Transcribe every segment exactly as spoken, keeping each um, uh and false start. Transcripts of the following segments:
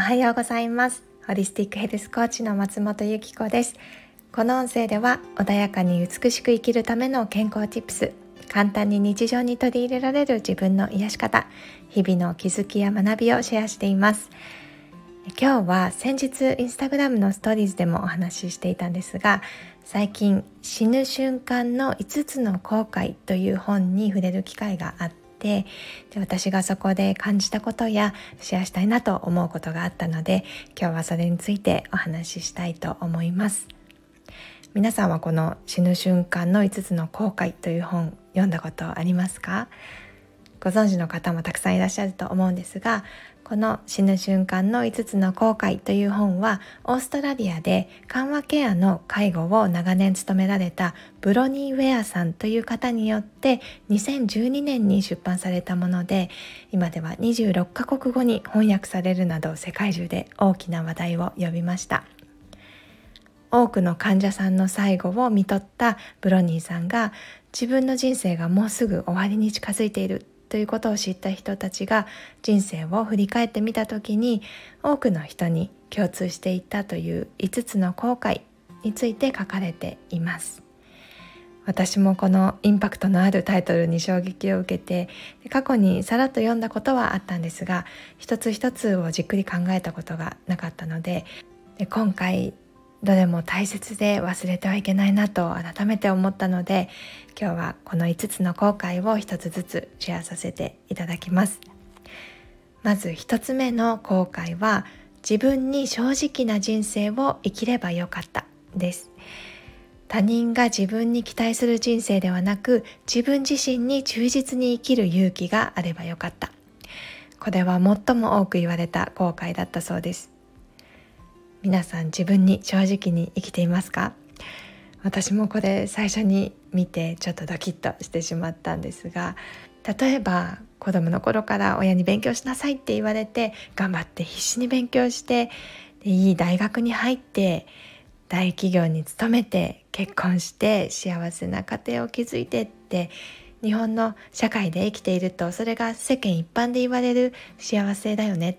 はようございます。ホリスティックヘルスコーチの松本由紀子です。この音声では穏やかに美しく生きるための健康チップス、簡単に日常に取り入れられる自分の癒し方、日々の気づきや学びをシェアしています。今日は先日インスタグラムのストーリーズでもお話ししていたんですが、最近死ぬ瞬間のいつつの後悔という本に触れる機会があってで私がそこで感じたことやシェアしたいなと思うことがあったので、今日はそれについてお話ししたいと思います。皆さんはこの死ぬ瞬間のいつつの後悔という本読んだことありますか？ご存知の方もたくさんいらっしゃると思うんですが、この死ぬ瞬間のいつつの後悔という本はオーストラリアで緩和ケアの介護を長年務められたブロニー・ウェアさんという方によってにせんじゅうにねんに出版されたもので、今ではにじゅうろっカ国語に翻訳されるなど世界中で大きな話題を呼びました。多くの患者さんの最後を看取ったブロニーさんが、自分の人生がもうすぐ終わりに近づいているということを知った人たちが人生を振り返ってみたときに、多くの人に共通していたといういつつの後悔について書かれています。私もこのインパクトのあるタイトルに衝撃を受けて、過去にさらっと読んだことはあったんですが、一つ一つをじっくり考えたことがなかったので、で今回どれも大切で忘れてはいけないなと改めて思ったので、今日はこのいつつの後悔を一つずつシェアさせていただきます。まず一つ目の後悔は、自分に正直な人生を生きればよかったです。他人が自分に期待する人生ではなく、自分自身に忠実に生きる勇気があればよかった。これは最も多く言われた後悔だったそうです。皆さん自分に正直に生きていますか？私もこれ最初に見てちょっとドキッとしてしまったんですが、例えば子供の頃から親に勉強しなさいって言われて頑張って必死に勉強して、でいい大学に入って大企業に勤めて結婚して幸せな家庭を築いてって、日本の社会で生きているとそれが世間一般で言われる幸せだよねって、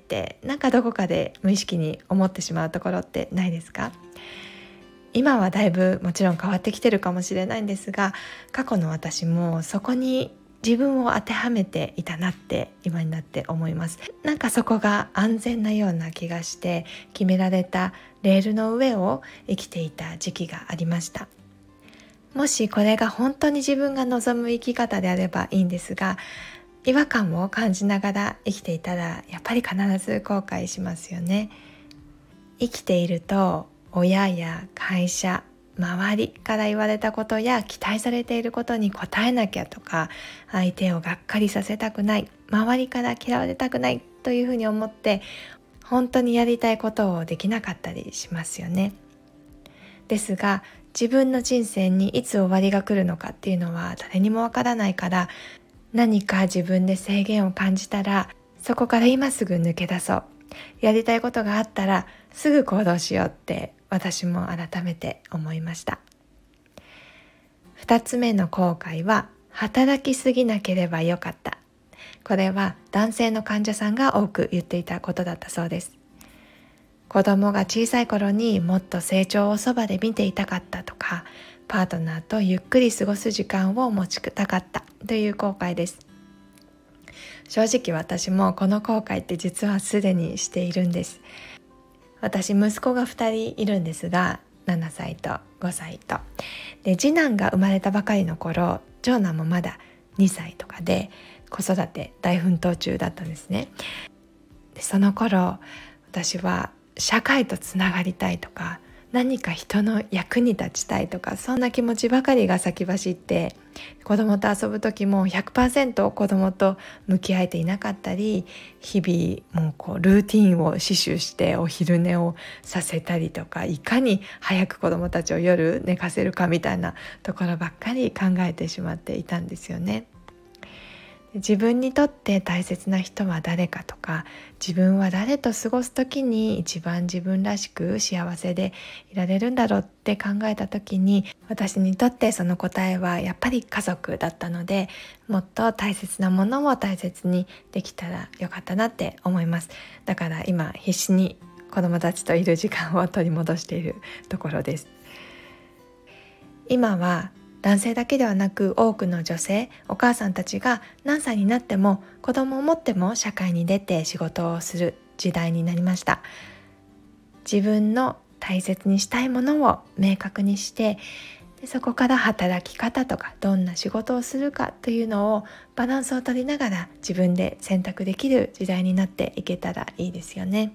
なんかどこかで無意識に思ってしまうところってないですか？今はだいぶもちろん変わってきてるかもしれないんですが、過去の私もそこに自分を当てはめていたなって今になって思います。なんかそこが安全なような気がして、決められたレールの上を生きていた時期がありました。もしこれが本当に自分が望む生き方であればいいんですが、違和感を感じながら生きていたらやっぱり必ず後悔しますよね。生きていると親や会社、周りから言われたことや期待されていることに応えなきゃとか、相手をがっかりさせたくない、周りから嫌われたくないというふうに思って、本当にやりたいことをできなかったりしますよね。ですが自分の人生にいつ終わりが来るのかっていうのは誰にもわからないから、何か自分で制限を感じたらそこから今すぐ抜け出そう、やりたいことがあったらすぐ行動しようって私も改めて思いました。二つ目の後悔は、働きすぎなければよかった。これは男性の患者さんが多く言っていたことだったそうです。子供が小さい頃にもっと成長をそばで見ていたかったとか、パートナーとゆっくり過ごす時間を持ちたかったという後悔です。正直私もこの後悔って実はすでにしているんです。私息子がふたりいるんですが、ななさいとごさいと、で次男が生まれたばかりの頃、長男もまだにさいとかで子育て大奮闘中だったんですね。でその頃私は社会とつながりたいとか、何か人の役に立ちたいとか、そんな気持ちばかりが先走って、子供と遊ぶ時も ひゃくパーセント 子供と向き合えていなかったり、日々もうこうルーティンを死守してお昼寝をさせたりとか、いかに早く子供たちを夜寝かせるかみたいなところばっかり考えてしまっていたんですよね。 自分にとって大切な人は誰かとか、自分は誰と過ごす時に一番自分らしく幸せでいられるんだろうって考えた時に、私にとってその答えはやっぱり家族だったので、もっと大切なものを大切にできたらよかったなって思います。だから今必死に子供たちといる時間を取り戻しているところです。今は男性だけではなく、多くの女性、お母さんたちが何歳になっても子供を持っても社会に出て仕事をする時代になりました。自分の大切にしたいものを明確にして、でそこから働き方とかどんな仕事をするかというのをバランスを取りながら自分で選択できる時代になっていけたらいいですよね。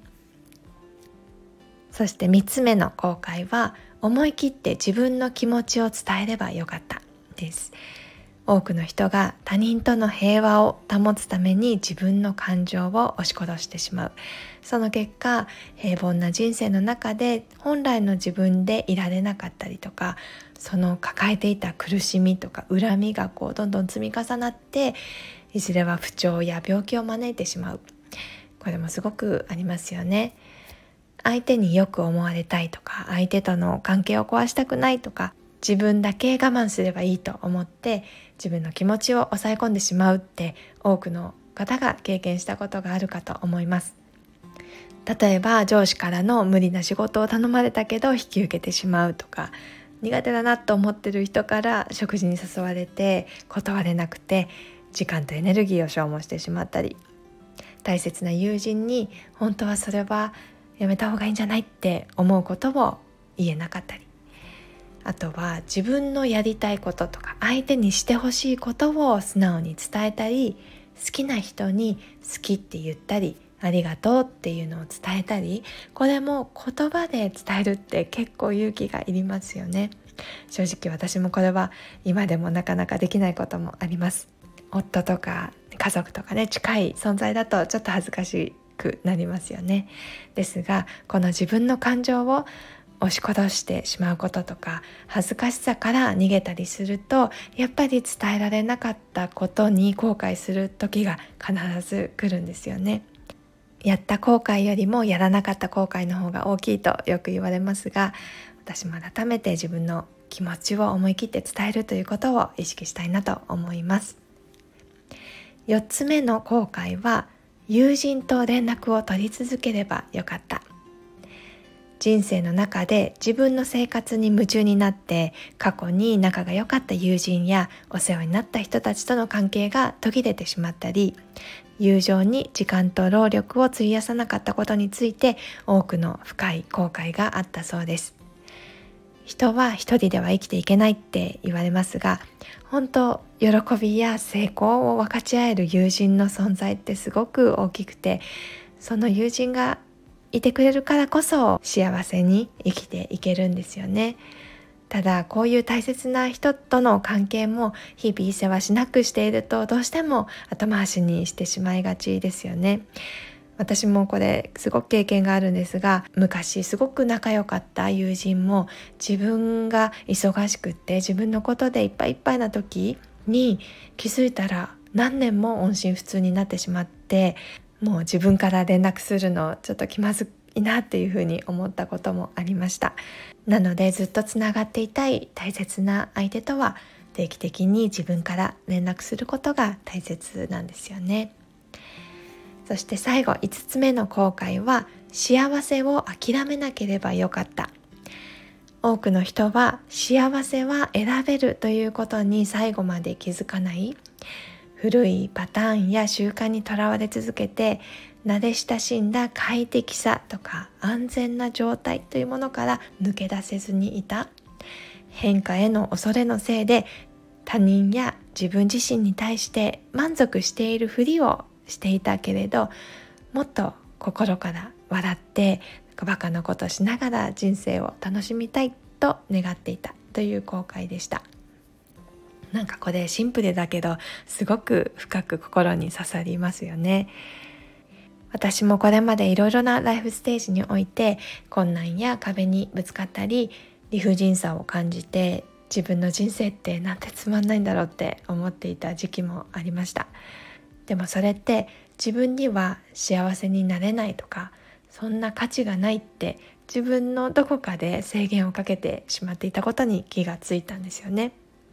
そしてみっつめの後悔は、思い切って自分の気持ちを伝えればよかったです。多くの人が他人との平和を保つために自分の感情を押し殺してしまう。その結果、平凡な人生の中で本来の自分でいられなかったりとか、その抱えていた苦しみとか恨みがこうどんどん積み重なって、いずれは不調や病気を招いてしまう。これもすごくありますよね。相手によく思われたいとか、相手との関係を壊したくないとか、自分だけ我慢すればいいと思って自分の気持ちを抑え込んでしまうって、多くの方が経験したことがあるかと思います。例えば上司からの無理な仕事を頼まれたけど引き受けてしまうとか、苦手だなと思ってる人から食事に誘われて断れなくて時間とエネルギーを消耗してしまったり、大切な友人に本当はそれはやめた方がいいんじゃないって思うことを言えなかったり、あとは自分のやりたいこととか相手にしてほしいことを素直に伝えたり、好きな人に好きって言ったり、ありがとうっていうのを伝えたり、これも言葉で伝えるって結構勇気がいりますよね。正直私もこれは今でもなかなかできないこともあります。夫とか家族とかね、近い存在だとちょっと恥ずかしいくなりますよね。ですが、この自分の感情を押し殺してしまうこととか、恥ずかしさから逃げたりすると、やっぱり伝えられなかったことに後悔する時が必ず来るんですよね。やった後悔よりもやらなかった後悔の方が大きいとよく言われますが、私も改めて自分の気持ちを思い切って伝えるということを意識したいなと思います。よっつめの後悔は、友人と連絡を取り続ければよかった。人生の中で自分の生活に夢中になって、過去に仲が良かった友人やお世話になった人たちとの関係が途切れてしまったり、友情に時間と労力を費やさなかったことについて多くの深い後悔があったそうです。人は一人では生きていけないって言われますが、本当喜びや成功を分かち合える友人の存在ってすごく大きくて、その友人がいてくれるからこそ幸せに生きていけるんですよね。ただこういう大切な人との関係も日々世話しなくしていると、どうしても後回しにしてしまいがちですよね。私もこれすごく経験があるんですが、昔すごく仲良かった友人も自分が忙しくって自分のことでいっぱいいっぱいな時に気づいたら何年も音信不通になってしまって、もう自分から連絡するのちょっと気まずいなっていうふうに思ったこともありました。なのでずっとつながっていたい大切な相手とは定期的に自分から連絡することが大切なんですよね。そして最後いつつめの後悔は、幸せを諦めなければよかった。多くの人は幸せは選べるということに最後まで気づかない、古いパターンや習慣にとらわれ続けて、慣れ親しんだ快適さとか安全な状態というものから抜け出せずにいた。変化への恐れのせいで他人や自分自身に対して満足しているふりをしていたけれど、もっと心から笑ってバカなことしながら人生を楽しみたいと願っていたという後悔でした。なんかこれシンプルだけどすごく深く心に刺さりますよね。私もこれまでいろいろなライフステージにおいて困難や壁にぶつかったり、理不尽さを感じて自分の人生ってなんてつまんないんだろうって思っていた時期もありました。でもそれって自分には幸せになれないとか、そんな価値がないって自分のどこかで制限をかけてしまっていたことに気がついたんですよね。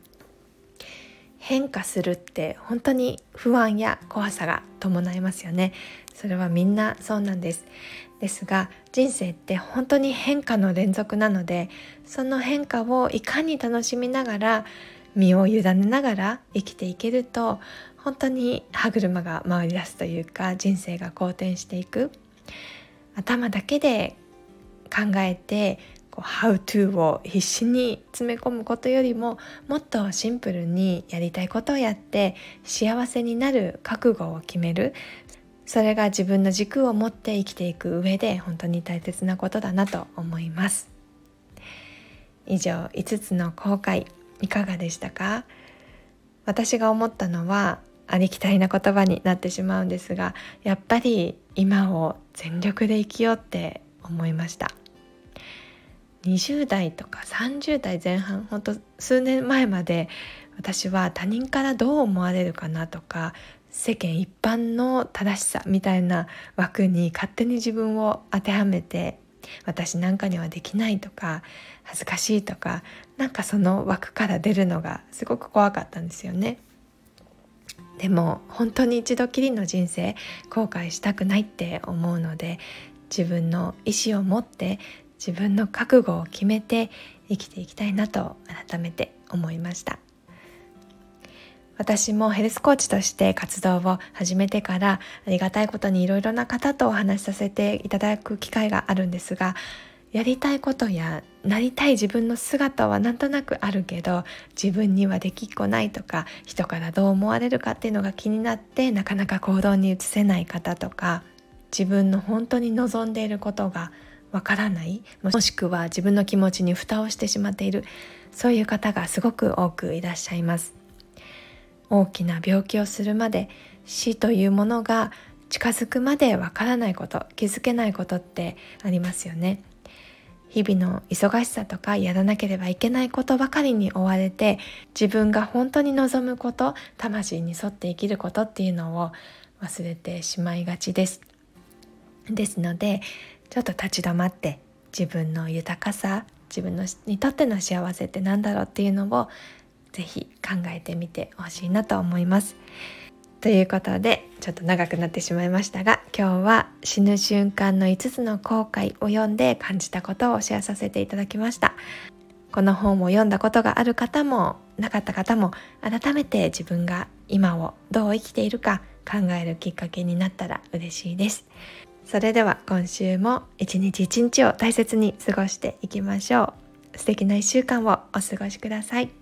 変化するって本当に不安や怖さが伴いますよね。それはみんなそうなんです。ですが人生って本当に変化の連続なので、その変化をいかに楽しみながら、身を委ねながら生きていけると、本当に歯車が回り出すというか、人生が好転していく。頭だけで考えてこう How to を必死に詰め込むことよりも、もっとシンプルにやりたいことをやって幸せになる覚悟を決める。それが自分の軸を持って生きていく上で本当に大切なことだなと思います。以上いつつの後悔、いかがでしたか？私が思ったのはありきたりな言葉になってしまうんですが、やっぱり今を全力で生きようって思いました。にじゅう代とかさんじゅう代前半、ほんと数年前まで私は他人からどう思われるかなとか、世間一般の正しさみたいな枠に勝手に自分を当てはめて、私なんかにはできないとか恥ずかしいとか、なんかその枠から出るのがすごく怖かったんですよね。でも本当に一度きりの人生、後悔したくないって思うので、自分の意志を持って自分の覚悟を決めて生きていきたいなと改めて思いました。私もヘルスコーチとして活動を始めてから、ありがたいことにいろいろな方とお話しさせていただく機会があるんですが、やりたいことやなりたい自分の姿はなんとなくあるけど、自分にはできっこないとか、人からどう思われるかっていうのが気になって、なかなか行動に移せない方とか、自分の本当に望んでいることがわからない、もしくは自分の気持ちに蓋をしてしまっている、そういう方がすごく多くいらっしゃいます。大きな病気をするまで、死というものが近づくまでわからないこと、気づけないことってありますよね。日々の忙しさとか、やらなければいけないことばかりに追われて、自分が本当に望むこと、魂に沿って生きることっていうのを忘れてしまいがちです。ですので、ちょっと立ち止まって自分の豊かさ、自分のにとっての幸せって何だろうっていうのをぜひ考えてみてほしいなと思います。ということで、ちょっと長くなってしまいましたが、今日は死ぬ瞬間のいつつの後悔を読んで感じたことをシェアさせていただきました。この本を読んだことがある方もなかった方も、改めて自分が今をどう生きているか考えるきっかけになったら嬉しいです。それでは今週も一日一日を大切に過ごしていきましょう。素敵ないっしゅうかんをお過ごしください。